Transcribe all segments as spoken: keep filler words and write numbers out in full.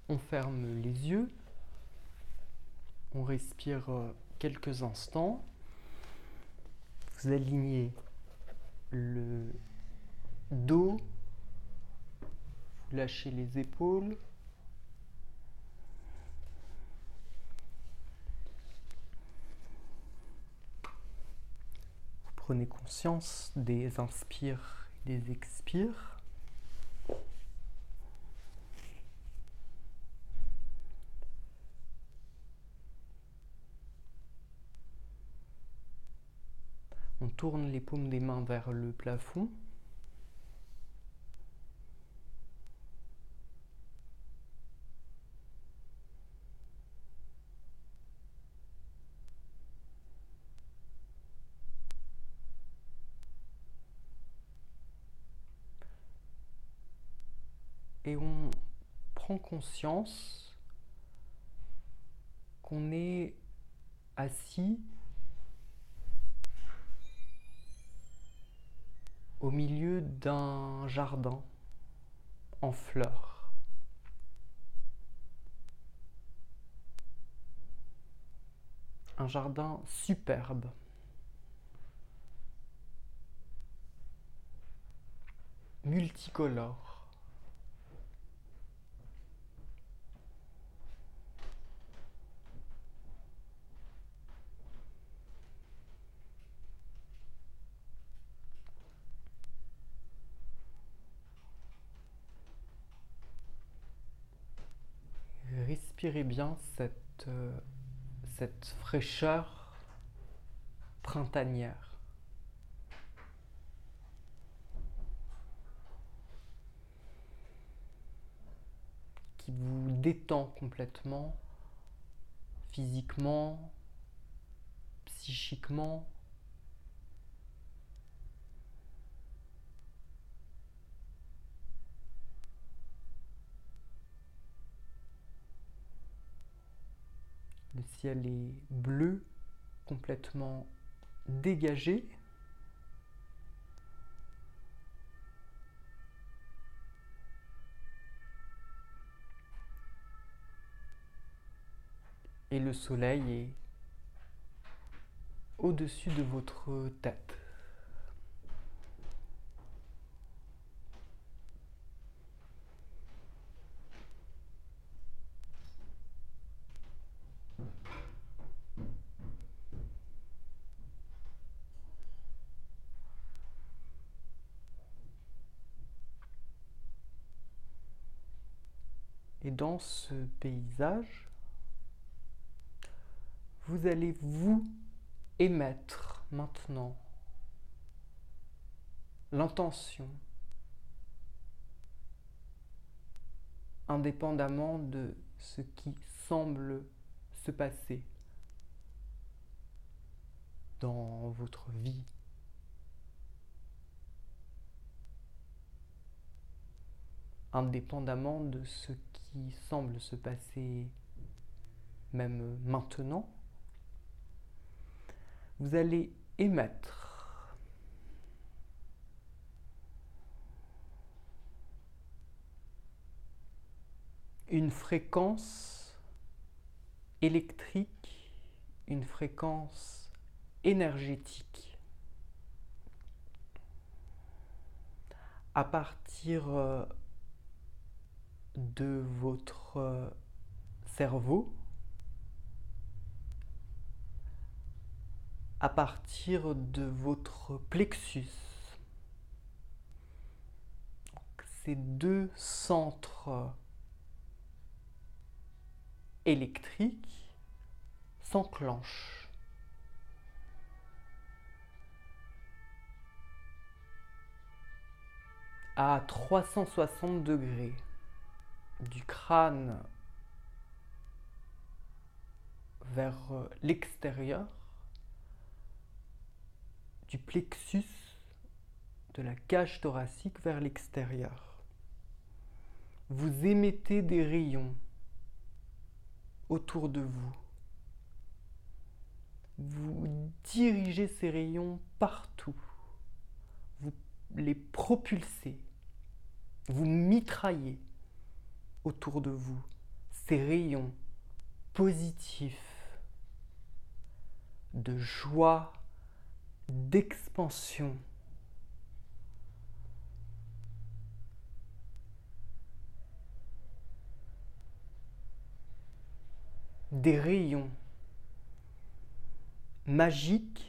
On ferme les yeux, on respire quelques instants, vous alignez le dos, vous lâchez les épaules, vous prenez conscience des inspires et des expires. On tourne les paumes des mains vers le plafond. Et on prend conscience qu'on est assis au milieu d'un jardin en fleurs. Un jardin superbe. Multicolore. Respirez bien cette, euh, cette fraîcheur printanière. Qui vous détend complètement, physiquement, psychiquement. Le ciel est bleu, complètement dégagé. Et le soleil est au-dessus de votre tête. Et dans ce paysage, vous allez vous émettre maintenant l'intention, indépendamment de ce qui semble se passer dans votre vie. Indépendamment de ce qui semble se passer même maintenant, vous allez émettre une fréquence électrique, une fréquence énergétique à partir de votre cerveau, à partir de votre plexus. Donc, ces deux centres électriques s'enclenchent. À trois cent soixante degrés du crâne vers l'extérieur, du plexus de la cage thoracique vers l'extérieur. Vous émettez des rayons autour de vous. Vous dirigez ces rayons partout. Vous les propulsez. Vous mitraillez autour de vous ces rayons positifs de joie, d'expansion, des rayons magiques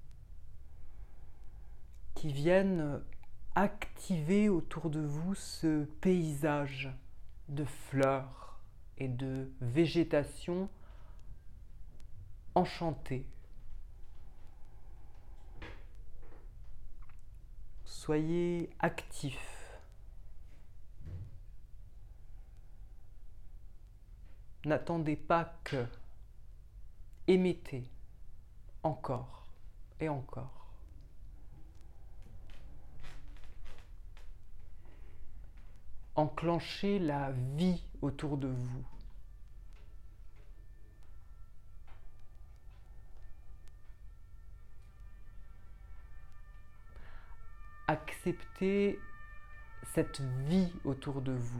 qui viennent activer autour de vous ce paysage de fleurs et de végétation enchantée. Soyez actifs. N'attendez pas que. Émettez encore et encore. Enclenchez la vie autour de vous. Acceptez cette vie autour de vous.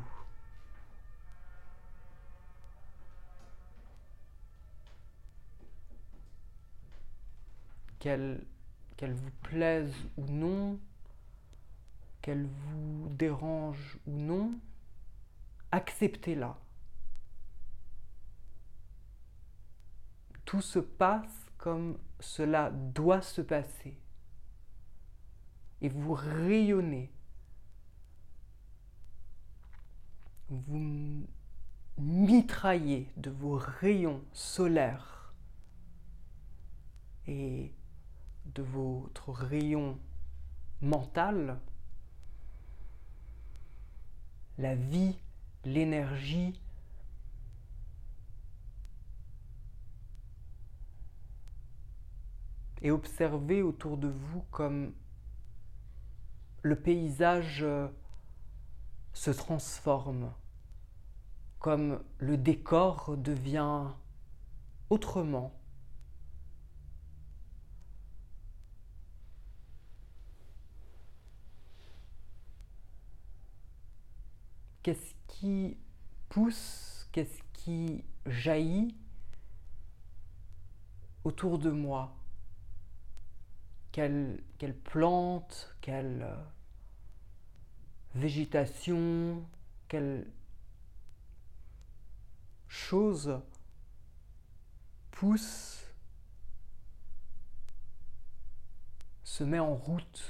Qu'elle, qu'elle vous plaise ou non, qu'elle vous dérange ou non, acceptez-la. Tout se passe comme cela doit se passer. Et vous rayonnez. Vous mitraillez de vos rayons solaires et de votre rayon mental la vie, l'énergie, et observez autour de vous comme le paysage se transforme, comme le décor devient autrement. Qu'est-ce qui pousse, qu'est-ce qui jaillit autour de moi? Quelle, quelle plante, quelle euh, végétation, quelle chose pousse, se met en route.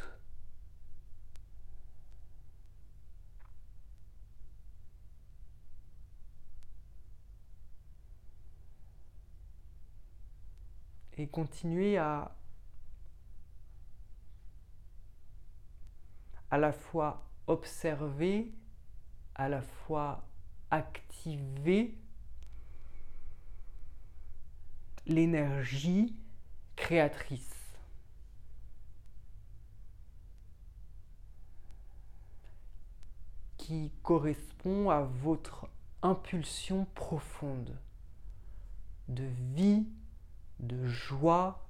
Et continuez à à la fois observer, à la fois activer l'énergie créatrice. Qui correspond à votre impulsion profonde de vie, de joie,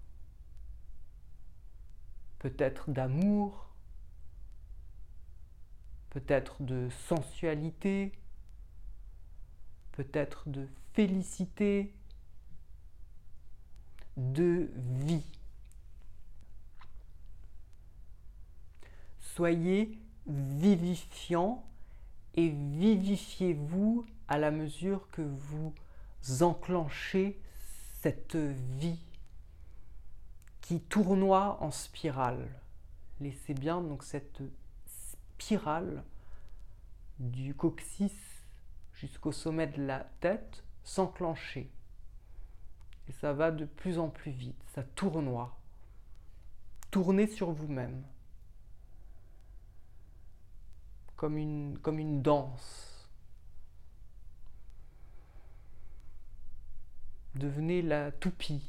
peut-être d'amour, peut-être de sensualité, peut-être de félicité, de vie. Soyez vivifiant et vivifiez-vous à la mesure que vous enclenchez cette vie qui tournoie en spirale. Laissez bien donc cette spirale du coccyx jusqu'au sommet de la tête s'enclencher. Et ça va de plus en plus vite, ça tournoie. Tournez sur vous-même. Comme une, comme une danse. Devenez la toupie.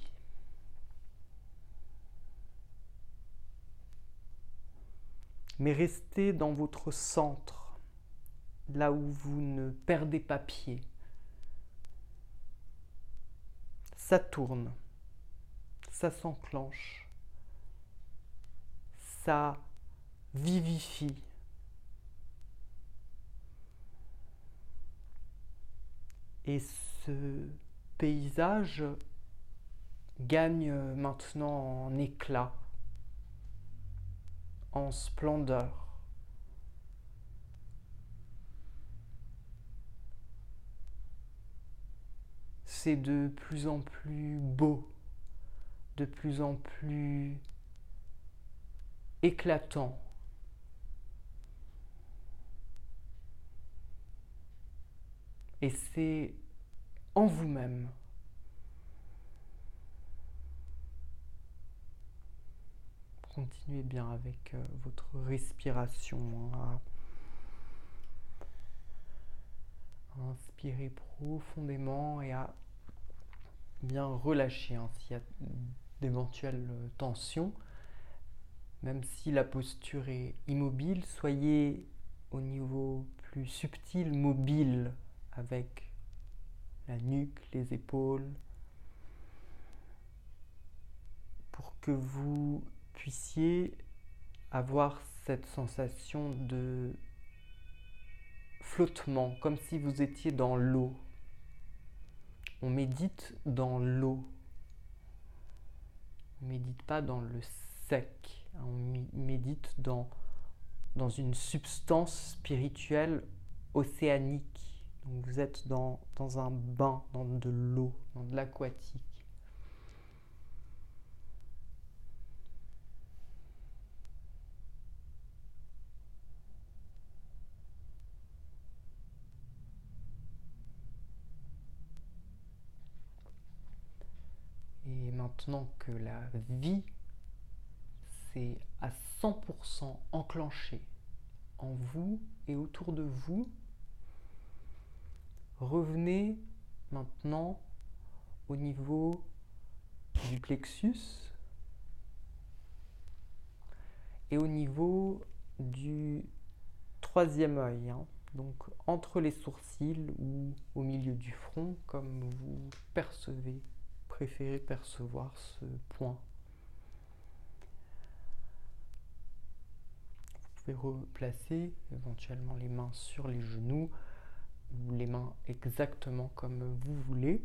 Mais restez dans votre centre, là où vous ne perdez pas pied. Ça tourne, ça s'enclenche, ça vivifie. Et ce paysage gagne maintenant en éclat, en splendeur. C'est de plus en plus beau, de plus en plus éclatant. Et c'est en vous-même. Continuez bien avec euh, votre respiration, hein, à inspirer profondément et à bien relâcher hein, s'il y a d'éventuelles tensions. Même si la posture est immobile, soyez au niveau plus subtil, mobile avec la nuque, les épaules, pour que vous puissiez avoir cette sensation de flottement, comme si vous étiez dans l'eau. On médite dans l'eau. On ne médite pas dans le sec. On médite dans, dans une substance spirituelle océanique. Donc vous êtes dans, dans un bain, dans de l'eau, dans de l'aquatique. Et maintenant que la vie s'est à cent pour cent enclenchée en vous et autour de vous, revenez maintenant au niveau du plexus et au niveau du troisième œil, hein, donc entre les sourcils ou au milieu du front, comme vous percevez, préférez percevoir ce point. Vous pouvez replacer éventuellement les mains sur les genoux ou les mains exactement comme vous voulez.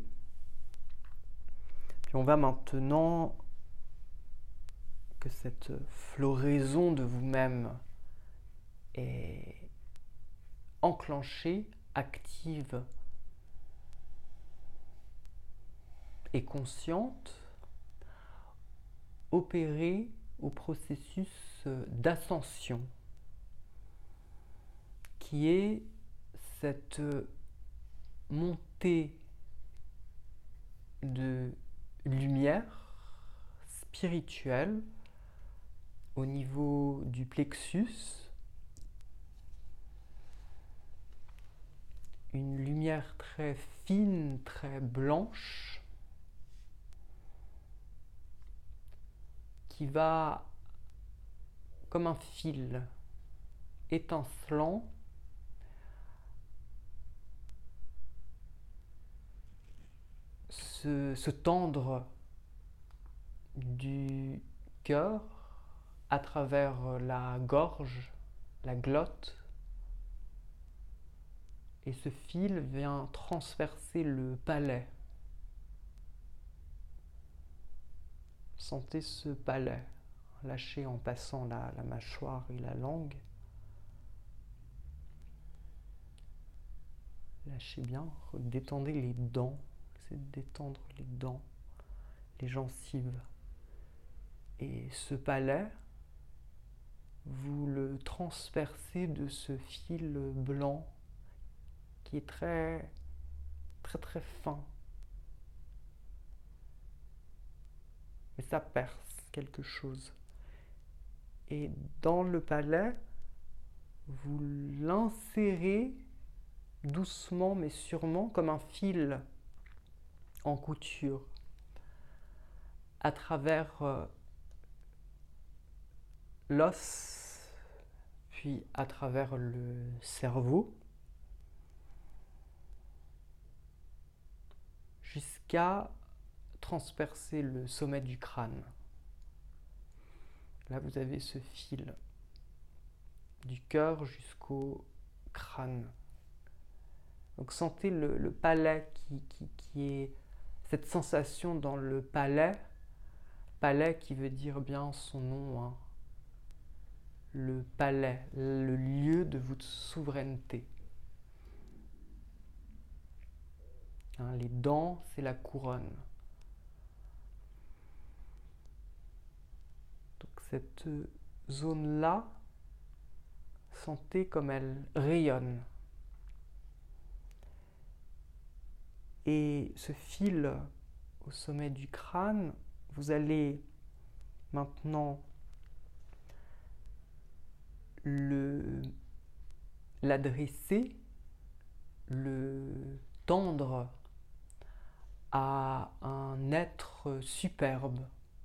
Puis on va maintenant que cette floraison de vous-même est enclenchée, active et consciente, opérer au processus d'ascension, qui est cette montée de lumière spirituelle au niveau du plexus, une lumière très fine, très blanche, qui va comme un fil étincelant se, se tendre du cœur à travers la gorge, la glotte, et ce fil vient transpercer le palais. Sentez ce palais lâcher en passant la, la mâchoire et la langue. Lâchez bien, détendez les dents, essayez de détendre les dents, les gencives. Et ce palais, vous le transpercez de ce fil blanc qui est très, très, très fin. Mais ça perce quelque chose. Et dans le palais, vous l'insérez doucement mais sûrement comme un fil en couture à travers euh, l'os, puis à travers le cerveau, jusqu'à transpercer le sommet du crâne. Là, vous avez ce fil du cœur jusqu'au crâne. Donc sentez le, le palais qui, qui, qui est cette sensation dans le palais, palais qui veut dire bien son nom, hein. Le palais, le lieu de votre souveraineté. Hein, les dents, c'est la couronne. Donc cette zone-là, sentez comme elle rayonne. Et ce fil au sommet du crâne, vous allez maintenant le, l'adresser, le tendre à un être superbe,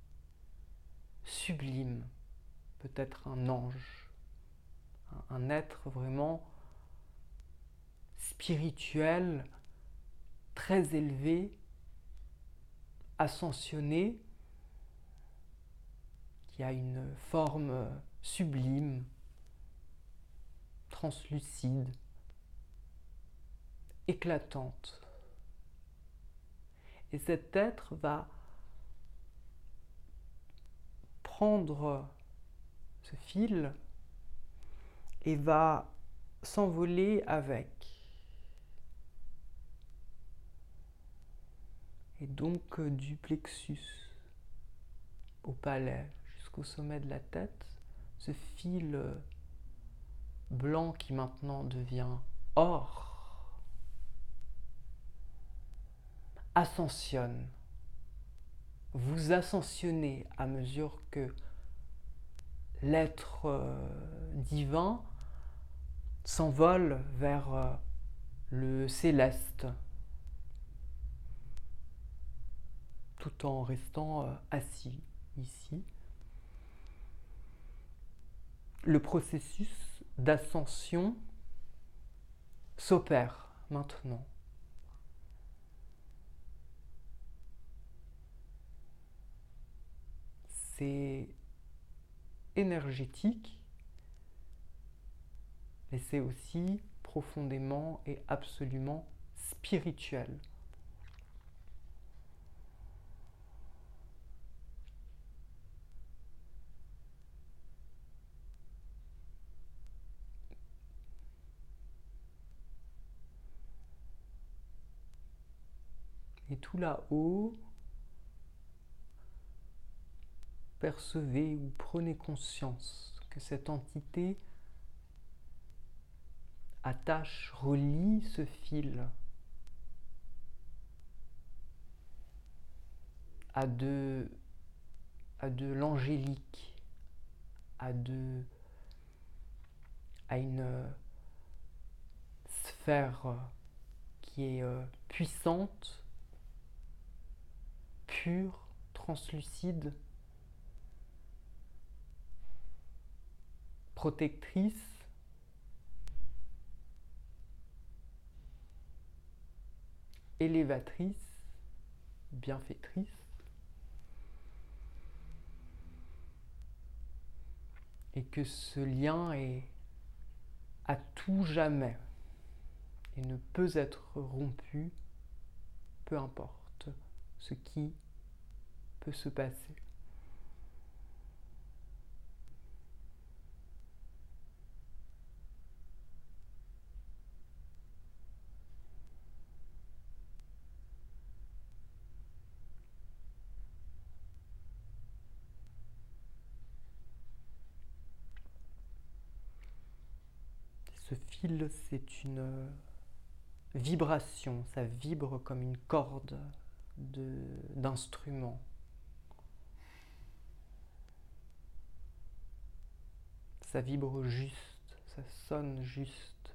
sublime, peut-être un ange, un être vraiment spirituel, très élevé, ascensionné, qui a une forme sublime, translucide, éclatante. Et cet être va prendre ce fil et va s'envoler avec. Et donc du plexus au palais jusqu'au sommet de la tête, ce fil blanc qui maintenant devient or ascensionne. Vous ascensionnez à mesure que l'être euh, divin s'envole vers euh, le céleste, tout en restant euh, assis ici. Le processus d'ascension s'opère maintenant. C'est énergétique, mais c'est aussi profondément et absolument spirituel. Et tout là-haut, percevez ou prenez conscience que cette entité attache, relie ce fil à de, à de l'angélique, à, de, à une sphère qui est puissante, pure, translucide, protectrice, élévatrice, bienfaitrice. Et que ce lien est à tout jamais et ne peut être rompu, peu importe ce qui peut se passer. Ce fil, c'est une vibration, ça vibre comme une corde d'instrument. Ça vibre juste, ça sonne juste.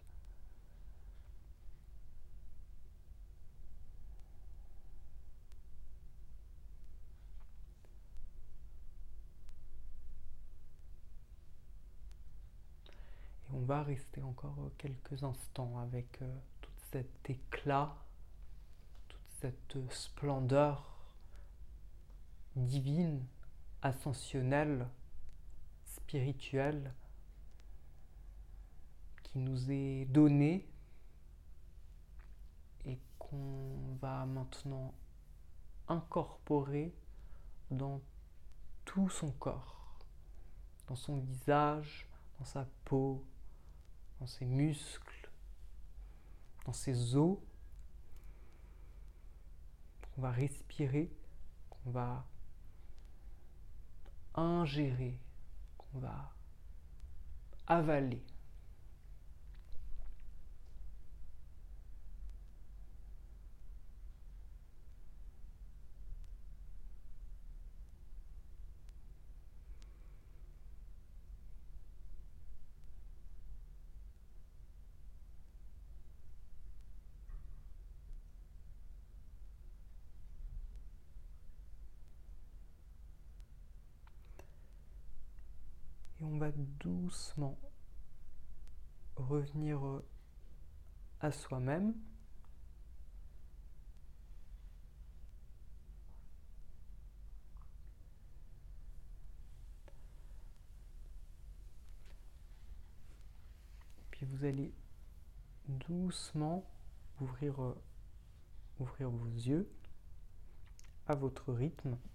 Et on va rester encore quelques instants avec euh, tout cet éclat, toute cette splendeur divine, ascensionnelle, spirituelle, qui nous est donnée qu'on va maintenant incorporer dans tout son corps, dans son visage, dans sa peau, dans ses muscles, dans ses os. On va respirer, qu'on va ingérer, qu'on va avaler. Et on va doucement revenir à soi-même. Puis vous allez doucement ouvrir, euh, ouvrir vos yeux à votre rythme.